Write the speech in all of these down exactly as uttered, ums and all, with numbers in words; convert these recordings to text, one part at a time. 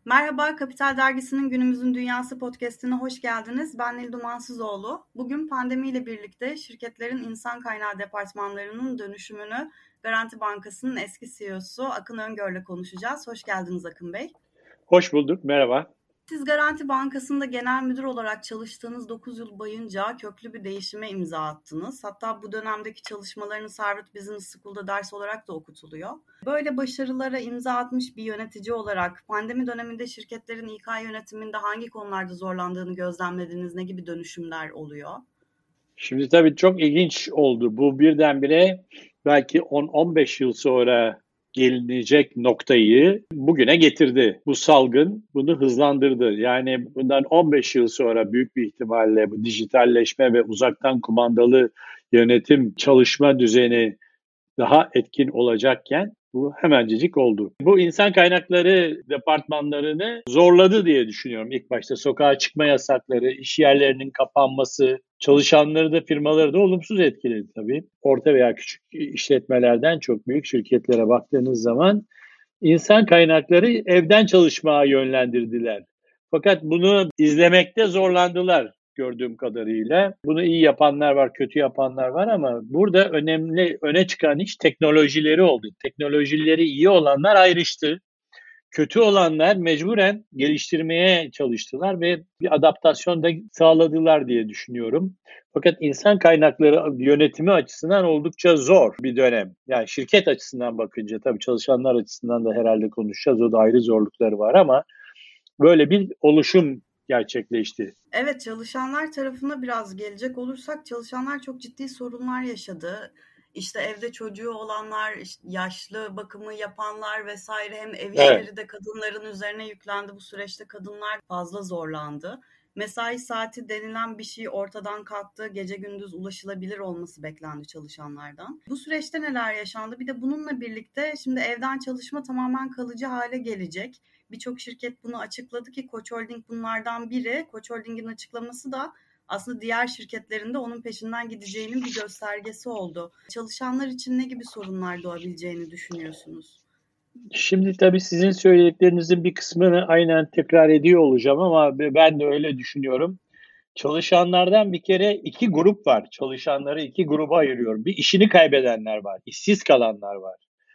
Merhaba, Kapital Dergisi'nin Günümüzün Dünyası podcast'ine hoş geldiniz. Ben Nil Dumansızoğlu. Bugün pandemiyle birlikte şirketlerin insan kaynağı departmanlarının dönüşümünü Garanti Bankası'nın eski C E O'su Akın Öngör'le konuşacağız. Hoş geldiniz Akın Bey. Hoş bulduk, merhaba. Siz Garanti Bankası'nda genel müdür olarak çalıştığınız dokuz yıl boyunca köklü bir değişime imza attınız. Hatta bu dönemdeki çalışmalarınız Harvard Business School'da ders olarak da okutuluyor. Böyle başarılara imza atmış bir yönetici olarak pandemi döneminde şirketlerin İK yönetiminde hangi konularda zorlandığını gözlemlediniz? Ne gibi dönüşümler oluyor? Şimdi tabii çok ilginç oldu. Bu birdenbire belki on on beş yıl sonra gelinecek noktayı bugüne getirdi. Bu salgın bunu hızlandırdı. Yani bundan on beş yıl sonra büyük bir ihtimalle bu dijitalleşme ve uzaktan kumandalı yönetim çalışma düzeni daha etkin olacakken bu hemencecik oldu. Bu insan kaynakları departmanlarını zorladı diye düşünüyorum. İlk başta sokağa çıkma yasakları, iş yerlerinin kapanması, çalışanları da firmaları da olumsuz etkiledi tabii. Orta veya küçük işletmelerden çok büyük şirketlere baktığınız zaman insan kaynakları evden çalışmaya yönlendirdiler. Fakat bunu izlemekte zorlandılar gördüğüm kadarıyla. Bunu iyi yapanlar var, kötü yapanlar var ama burada önemli öne çıkan iş teknolojileri oldu. Teknolojileri iyi olanlar ayrıştı. Kötü olanlar mecburen geliştirmeye çalıştılar ve bir adaptasyon da sağladılar diye düşünüyorum. Fakat insan kaynakları yönetimi açısından oldukça zor bir dönem. Yani şirket açısından bakınca tabii çalışanlar açısından da herhalde konuşacağız. O da ayrı zorlukları var ama böyle bir oluşum gerçekleşti. Evet, çalışanlar tarafına biraz gelecek olursak çalışanlar çok ciddi sorunlar yaşadı. İşte evde çocuğu olanlar, işte yaşlı bakımı yapanlar vesaire, hem ev işleri Evet. de kadınların üzerine yüklendi. Bu süreçte kadınlar fazla zorlandı. Mesai saati denilen bir şey ortadan kalktı. Gece gündüz ulaşılabilir olması beklendi çalışanlardan. Bu süreçte neler yaşandı? Bir de bununla birlikte şimdi evden çalışma tamamen kalıcı hale gelecek. Birçok şirket bunu açıkladı ki Koç Holding bunlardan biri. Koç Holding'in açıklaması da aslında diğer şirketlerin de onun peşinden gideceğinin bir göstergesi oldu. Çalışanlar için ne gibi sorunlar doğabileceğini düşünüyorsunuz? Şimdi tabii sizin söylediklerinizin bir kısmını aynen tekrar ediyor olacağım ama ben de öyle düşünüyorum. Çalışanlardan bir kere iki grup var. Çalışanları iki gruba ayırıyorum. Bir işini kaybedenler var, işsiz kalanlar var.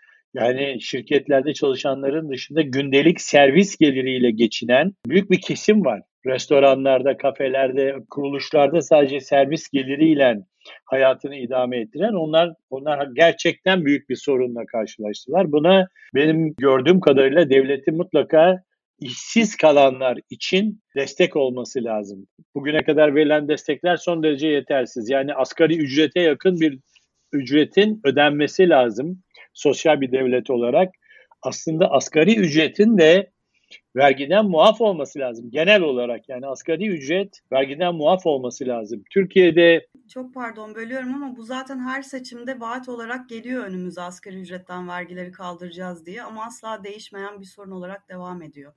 Yani şirketlerde çalışanların dışında gündelik servis geliriyle geçinen büyük bir kesim var. Restoranlarda, kafelerde, kuruluşlarda sadece servis geliriyle hayatını idame ettiren onlar onlar gerçekten büyük bir sorunla karşılaştılar. Buna benim gördüğüm kadarıyla devletin mutlaka işsiz kalanlar için destek olması lazım. Bugüne kadar verilen destekler son derece yetersiz. Yani asgari ücrete yakın bir ücretin ödenmesi lazım sosyal bir devlet olarak. Aslında asgari ücretin de vergiden muaf olması lazım. Genel olarak yani asgari ücret vergiden muaf olması lazım. Türkiye'de Çok pardon bölüyorum ama bu zaten her seçimde vaat olarak geliyor önümüze, asgari ücretten vergileri kaldıracağız diye, ama asla değişmeyen bir sorun olarak devam ediyor.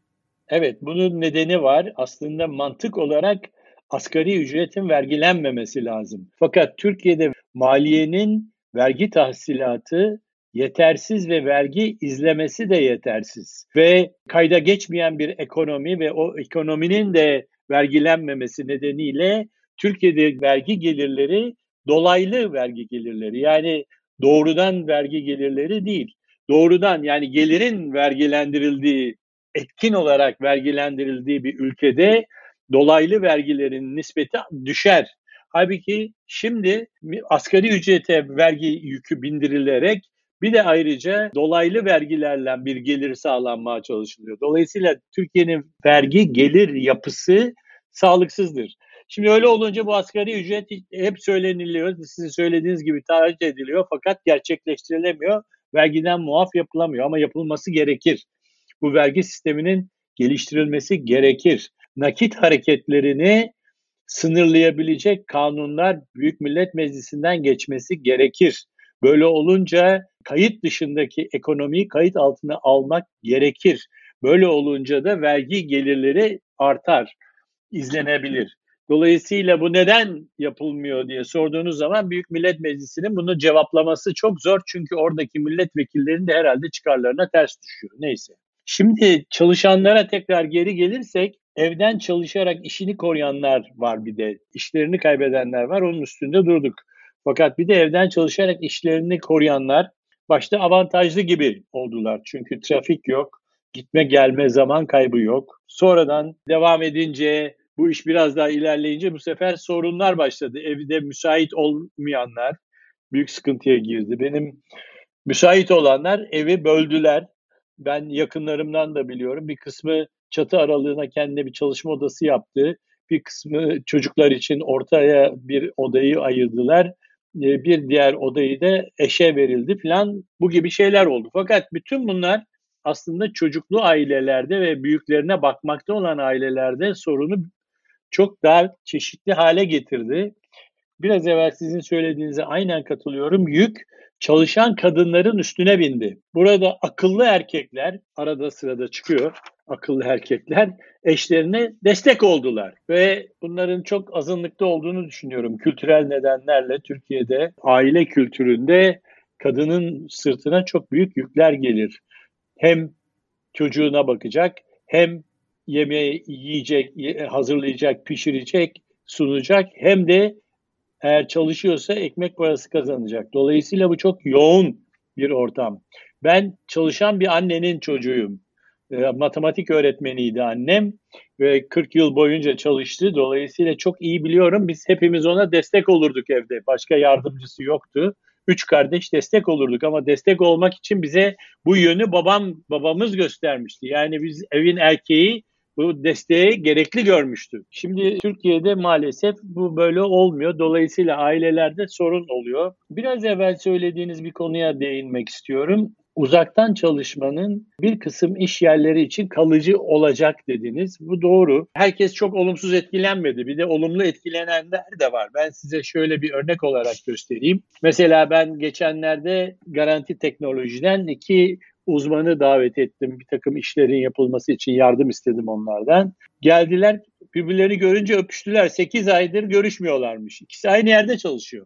evet bunun nedeni var. Aslında mantık olarak asgari ücretin vergilenmemesi lazım. Fakat Türkiye'de maliyenin vergi tahsilatı yetersiz ve vergi izlemesi de yetersiz. Ve kayda geçmeyen bir ekonomi ve o ekonominin de vergilenmemesi nedeniyle Türkiye'de vergi gelirleri dolaylı vergi gelirleri, yani doğrudan vergi gelirleri değil. Doğrudan yani gelirin vergilendirildiği, etkin olarak vergilendirildiği bir ülkede dolaylı vergilerin nispeti düşer. Halbuki şimdi asgari ücrete vergi yükü bindirilerek bir de ayrıca dolaylı vergilerle bir gelir sağlanmaya çalışılıyor. Dolayısıyla Türkiye'nin vergi gelir yapısı sağlıksızdır. Şimdi öyle olunca bu asgari ücret hep söyleniliyor, sizin söylediğiniz gibi taahhüt ediliyor fakat gerçekleştirilemiyor, vergiden muaf yapılamıyor ama yapılması gerekir. Bu vergi sisteminin geliştirilmesi gerekir. Nakit hareketlerini sınırlayabilecek kanunlar Büyük Millet Meclisi'nden geçmesi gerekir. Böyle olunca kayıt dışındaki ekonomiyi kayıt altına almak gerekir. Böyle olunca da vergi gelirleri artar, izlenebilir. Dolayısıyla bu neden yapılmıyor diye sorduğunuz zaman Büyük Millet Meclisi'nin bunu cevaplaması çok zor. Çünkü oradaki milletvekillerinin de herhalde çıkarlarına ters düşüyor. Neyse. Şimdi çalışanlara tekrar geri gelirsek, evden çalışarak işini koruyanlar var bir de. İşlerini kaybedenler var, onun üstünde durduk. Fakat bir de evden çalışarak işlerini koruyanlar başta avantajlı gibi oldular. Çünkü trafik yok, gitme gelme zaman kaybı yok. Sonradan devam edince, bu iş biraz daha ilerleyince bu sefer sorunlar başladı. Evde müsait olmayanlar büyük sıkıntıya girdi. Benim müsait olanlar evi böldüler. Ben yakınlarımdan da biliyorum. Bir kısmı çatı aralığına kendine bir çalışma odası yaptı. Bir kısmı çocuklar için ortaya bir odayı ayırdılar. Ee, Bir diğer odayı da eşe verildi falan. Bu gibi şeyler oldu. Fakat bütün bunlar aslında çocuklu ailelerde ve büyüklerine bakmakta olan ailelerde sorunu çok daha çeşitli hale getirdi. Biraz evvel sizin söylediğinize aynen katılıyorum. Yük çalışan kadınların üstüne bindi. Burada akıllı erkekler, arada sırada çıkıyor akıllı erkekler, eşlerine destek oldular. Ve bunların çok azınlıkta olduğunu düşünüyorum. Kültürel nedenlerle Türkiye'de aile kültüründe kadının sırtına çok büyük yükler gelir. Hem çocuğuna bakacak, hem yemeği yiyecek, hazırlayacak, pişirecek, sunacak, hem de eğer çalışıyorsa ekmek parası kazanacak. Dolayısıyla bu çok yoğun bir ortam. Ben çalışan bir annenin çocuğuyum. E, matematik öğretmeniydi annem ve kırk yıl boyunca çalıştı. Dolayısıyla çok iyi biliyorum. Biz hepimiz ona destek olurduk evde. Başka yardımcısı yoktu. Üç kardeş destek olurduk ama destek olmak için bize bu yönü babam babamız göstermişti. Yani biz evin erkeği bu desteği gerekli görmüştü. Şimdi Türkiye'de maalesef bu böyle olmuyor. Dolayısıyla ailelerde sorun oluyor. Biraz evvel söylediğiniz bir konuya değinmek istiyorum. Uzaktan çalışmanın bir kısım iş yerleri için kalıcı olacak dediniz. Bu doğru. Herkes çok olumsuz etkilenmedi. Bir de olumlu etkilenenler de var. Ben size şöyle bir örnek olarak göstereyim. Mesela ben geçenlerde Garanti Teknoloji'den iki uzmanı davet ettim. Bir takım işlerin yapılması için yardım istedim onlardan. Geldiler, birbirlerini görünce öpüştüler. sekiz aydır görüşmüyorlarmış. İkisi aynı yerde çalışıyor.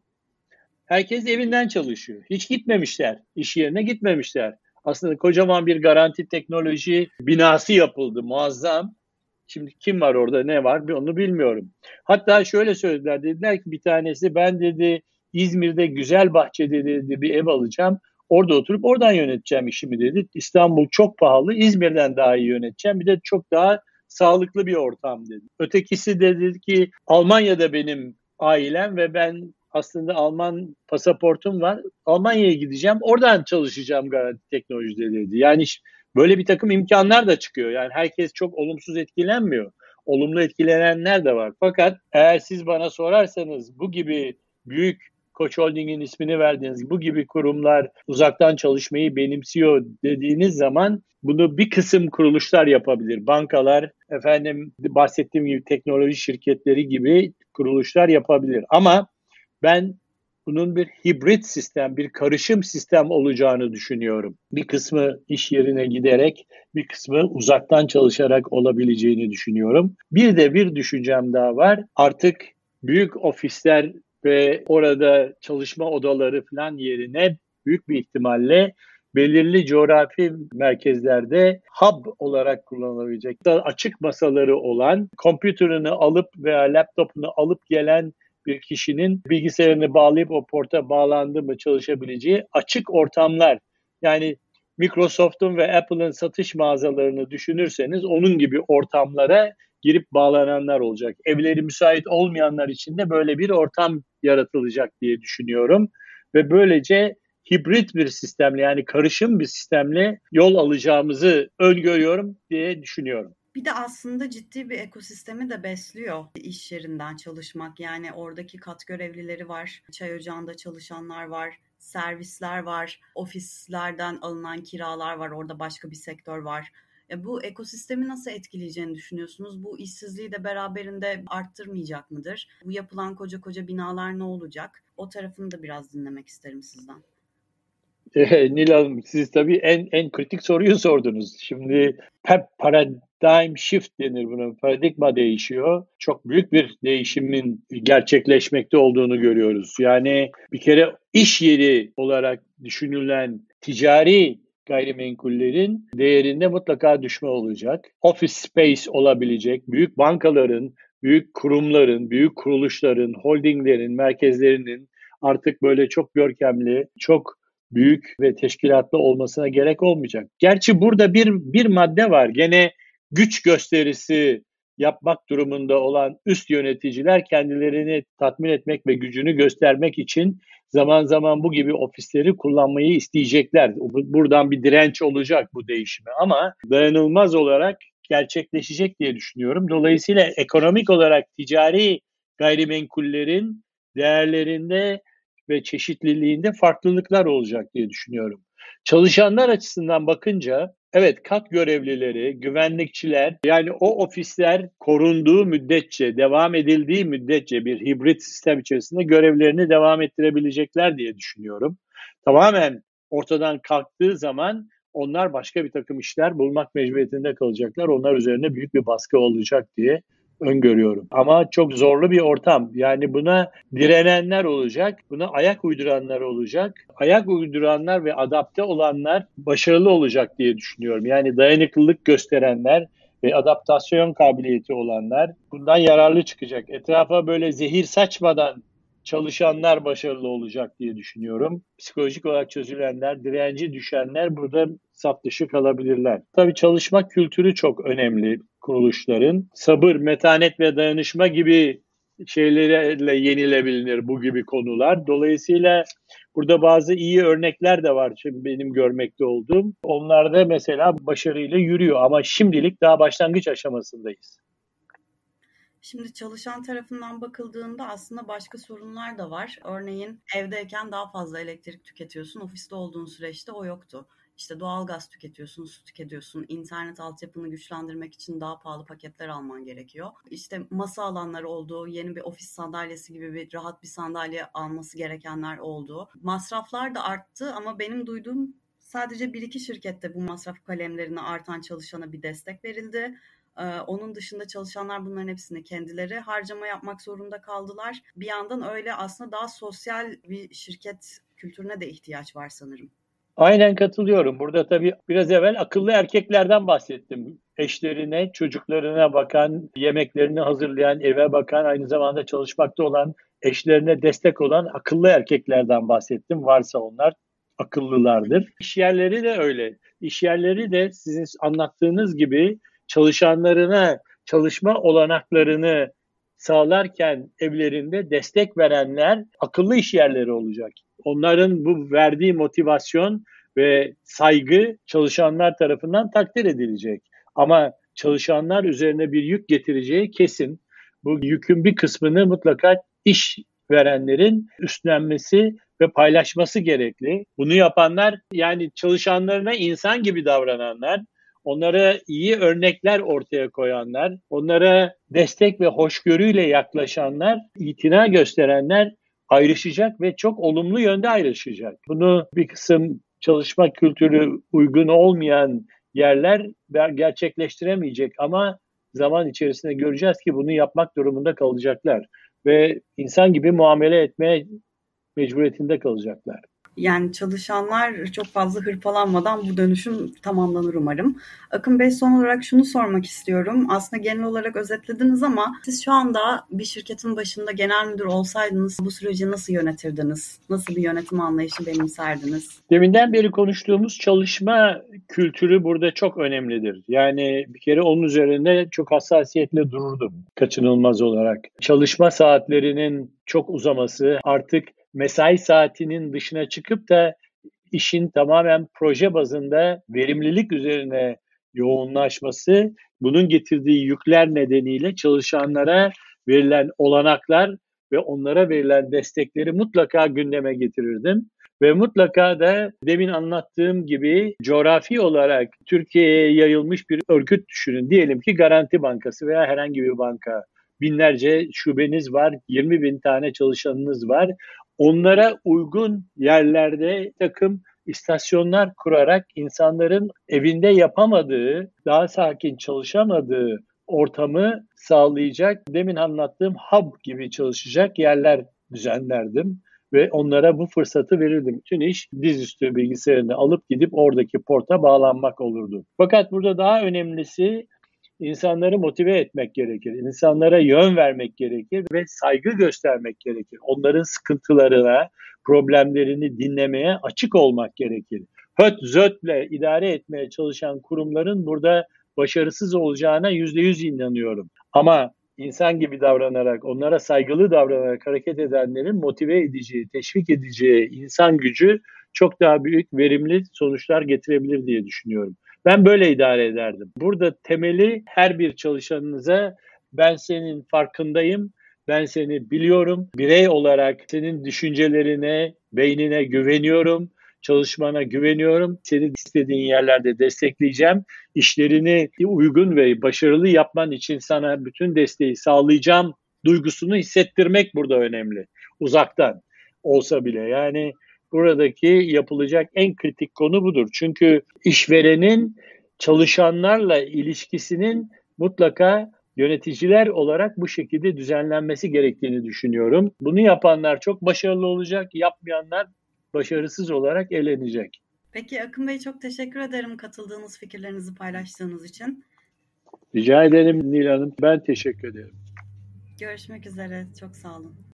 Herkes evinden çalışıyor. Hiç gitmemişler. İş yerine gitmemişler. Aslında kocaman bir Garanti Teknoloji binası yapıldı. Muazzam. Şimdi kim var orada, ne var onu bilmiyorum. Hatta şöyle söylediler. Dediler ki bir tanesi, ben dedi İzmir'de Güzelbahçe'de dedi bir ev alacağım. Orada oturup oradan yöneteceğim işimi dedi. İstanbul çok pahalı. İzmir'den daha iyi yöneteceğim. Bir de çok daha sağlıklı bir ortam dedi. Ötekisi de dedi ki Almanya'da benim ailem ve ben aslında Alman pasaportum var. Almanya'ya gideceğim. Oradan çalışacağım Garanti Teknoloji'de dedi. Yani böyle bir takım imkanlar da çıkıyor. Yani herkes çok olumsuz etkilenmiyor. Olumlu etkilenenler de var. Fakat eğer siz bana sorarsanız bu gibi büyük Koç Holding'in ismini verdiğiniz bu gibi kurumlar uzaktan çalışmayı benimsiyor dediğiniz zaman bunu bir kısım kuruluşlar yapabilir. Bankalar, efendim bahsettiğim gibi teknoloji şirketleri gibi kuruluşlar yapabilir. Ama ben bunun bir hibrit sistem, bir karışım sistem olacağını düşünüyorum. Bir kısmı iş yerine giderek, bir kısmı uzaktan çalışarak olabileceğini düşünüyorum. Bir de bir düşüncem daha var. Artık büyük ofisler ve orada çalışma odaları falan yerine büyük bir ihtimalle belirli coğrafi merkezlerde hub olarak kullanılabilecek, açık masaları olan, kompütürünü alıp veya laptopunu alıp gelen bir kişinin bilgisayarını bağlayıp o porta bağlandı mı çalışabileceği açık ortamlar. Yani Microsoft'un ve Apple'ın satış mağazalarını düşünürseniz onun gibi ortamlara girip bağlananlar olacak. Evleri müsait olmayanlar için de böyle bir ortam yaratılacak diye düşünüyorum. Ve böylece hibrit bir sistemle, yani karışım bir sistemle yol alacağımızı öngörüyorum diye düşünüyorum. Bir de aslında ciddi bir ekosistemi de besliyor iş yerinden çalışmak. Yani oradaki kat görevlileri var, çay ocağında çalışanlar var, servisler var, ofislerden alınan kiralar var, orada başka bir sektör var. E bu ekosistemi nasıl etkileyeceğini düşünüyorsunuz? Bu işsizliği de beraberinde arttırmayacak mıdır? Bu yapılan koca koca binalar ne olacak? O tarafını da biraz dinlemek isterim sizden. E, Nil Hanım, siz tabii en en kritik soruyu sordunuz. Şimdi paradigm shift denir buna. Paradigma değişiyor. Çok büyük bir değişimin gerçekleşmekte olduğunu görüyoruz. Yani bir kere iş yeri olarak düşünülen ticari gayrimenkullerin değerinde mutlaka düşme olacak. Office space olabilecek, büyük bankaların, büyük kurumların, büyük kuruluşların, holdinglerin, merkezlerinin artık böyle çok görkemli, çok büyük ve teşkilatlı olmasına gerek olmayacak. Gerçi burada bir bir madde var. Gene güç gösterisi yapmak durumunda olan üst yöneticiler kendilerini tatmin etmek ve gücünü göstermek için zaman zaman bu gibi ofisleri kullanmayı isteyecekler. Buradan bir direnç olacak bu değişime ama dayanılmaz olarak gerçekleşecek diye düşünüyorum. Dolayısıyla ekonomik olarak ticari gayrimenkullerin değerlerinde ve çeşitliliğinde farklılıklar olacak diye düşünüyorum. Çalışanlar açısından bakınca evet, kat görevlileri, güvenlikçiler, yani o ofisler korunduğu müddetçe, devam edildiği müddetçe bir hibrit sistem içerisinde görevlerini devam ettirebilecekler diye düşünüyorum. Tamamen ortadan kalktığı zaman onlar başka bir takım işler bulmak mecburiyetinde kalacaklar. Onlar üzerine büyük bir baskı olacak diye öngörüyorum. Ama çok zorlu bir ortam. Yani buna direnenler olacak, buna ayak uyduranlar olacak. Ayak uyduranlar ve adapte olanlar başarılı olacak diye düşünüyorum. Yani dayanıklılık gösterenler ve adaptasyon kabiliyeti olanlar bundan yararlı çıkacak. Etrafa böyle zehir saçmadan çalışanlar başarılı olacak diye düşünüyorum. Psikolojik olarak çözülenler, direnci düşenler burada saf dışı kalabilirler. Tabii çalışma kültürü çok önemli kuruluşların. Sabır, metanet ve dayanışma gibi şeylerle yenilebilir bu gibi konular. Dolayısıyla burada bazı iyi örnekler de var şimdi benim görmekte olduğum. Onlar da mesela başarıyla yürüyor ama şimdilik daha başlangıç aşamasındayız. Şimdi çalışan tarafından bakıldığında aslında başka sorunlar da var. Örneğin evdeyken daha fazla elektrik tüketiyorsun. Ofiste olduğun süreçte o yoktu. İşte doğalgaz tüketiyorsun, su tüketiyorsun. İnternet altyapını güçlendirmek için daha pahalı paketler alman gerekiyor. İşte masa alanları olduğu, yeni bir ofis sandalyesi gibi bir rahat bir sandalye alması gerekenler oldu. Masraflar da arttı ama benim duyduğum sadece bir iki şirkette bu masraf kalemlerine artan çalışana bir destek verildi. Ee, onun dışında çalışanlar bunların hepsini kendileri harcama yapmak zorunda kaldılar. Bir yandan öyle aslında daha sosyal bir şirket kültürüne de ihtiyaç var sanırım. Aynen katılıyorum. Burada tabii biraz evvel akıllı erkeklerden bahsettim. Eşlerine, çocuklarına bakan, yemeklerini hazırlayan, eve bakan, aynı zamanda çalışmakta olan, eşlerine destek olan akıllı erkeklerden bahsettim. Varsa onlar akıllılardır. İş yerleri de öyle. İş yerleri de sizin anlattığınız gibi çalışanlarına çalışma olanaklarını sağlarken evlerinde destek verenler akıllı iş yerleri olacak. Onların bu verdiği motivasyon ve saygı çalışanlar tarafından takdir edilecek. Ama çalışanlar üzerine bir yük getireceği kesin. Bu yükün bir kısmını mutlaka iş verenlerin üstlenmesi ve paylaşması gerekli. Bunu yapanlar yani çalışanlarına insan gibi davrananlar, onlara iyi örnekler ortaya koyanlar, onlara destek ve hoşgörüyle yaklaşanlar, itina gösterenler ayrışacak ve çok olumlu yönde ayrışacak. Bunu bir kısım çalışma kültürü uygun olmayan yerler gerçekleştiremeyecek ama zaman içerisinde göreceğiz ki bunu yapmak durumunda kalacaklar ve insan gibi muamele etmeye mecburiyetinde kalacaklar. Yani çalışanlar çok fazla hırpalanmadan bu dönüşüm tamamlanır umarım. Akın Bey, son olarak şunu sormak istiyorum. Aslında genel olarak özetlediniz ama siz şu anda bir şirketin başında genel müdür olsaydınız bu süreci nasıl yönetirdiniz? Nasıl bir yönetim anlayışı benimserdiniz? Deminden beri konuştuğumuz çalışma kültürü burada çok önemlidir. Yani bir kere onun üzerine çok hassasiyetle dururdum kaçınılmaz olarak. Çalışma saatlerinin çok uzaması, artık mesai saatinin dışına çıkıp da işin tamamen proje bazında verimlilik üzerine yoğunlaşması, bunun getirdiği yükler nedeniyle çalışanlara verilen olanaklar ve onlara verilen destekleri mutlaka gündeme getirirdim. Ve mutlaka da demin anlattığım gibi coğrafi olarak Türkiye'ye yayılmış bir örgüt düşünün. Diyelim ki Garanti Bankası veya herhangi bir banka. Binlerce şubeniz var, yirmi bin tane çalışanınız var. Onlara uygun yerlerde takım istasyonlar kurarak insanların evinde yapamadığı, daha sakin çalışamadığı ortamı sağlayacak, demin anlattığım hub gibi çalışacak yerler düzenlerdim. ve onlara bu fırsatı verirdim. Bütün iş dizüstü bilgisayarını alıp gidip oradaki porta bağlanmak olurdu. Fakat burada daha önemlisi insanları motive etmek gerekir. İnsanlara yön vermek gerekir ve saygı göstermek gerekir. Onların sıkıntılarına, problemlerini dinlemeye açık olmak gerekir. Höt zötle idare etmeye çalışan kurumların burada başarısız olacağına yüzde yüz inanıyorum. Ama insan gibi davranarak, onlara saygılı davranarak hareket edenlerin motive edeceği, teşvik edeceği insan gücü çok daha büyük, verimli sonuçlar getirebilir diye düşünüyorum. Ben böyle idare ederdim. Burada temeli her bir çalışanınıza ben senin farkındayım, ben seni biliyorum, birey olarak senin düşüncelerine, beynine güveniyorum, çalışmana güveniyorum, seni istediğin yerlerde destekleyeceğim, işlerini uygun ve başarılı yapman için sana bütün desteği sağlayacağım duygusunu hissettirmek burada önemli. Uzaktan olsa bile yani buradaki yapılacak en kritik konu budur. Çünkü işverenin çalışanlarla ilişkisinin mutlaka yöneticiler olarak bu şekilde düzenlenmesi gerektiğini düşünüyorum. Bunu yapanlar çok başarılı olacak, yapmayanlar başarısız olarak elenecek. Peki Akın Bey, çok teşekkür ederim katıldığınız, fikirlerinizi paylaştığınız için. Rica ederim Nil Hanım. Ben teşekkür ederim. Görüşmek üzere. Çok sağ olun.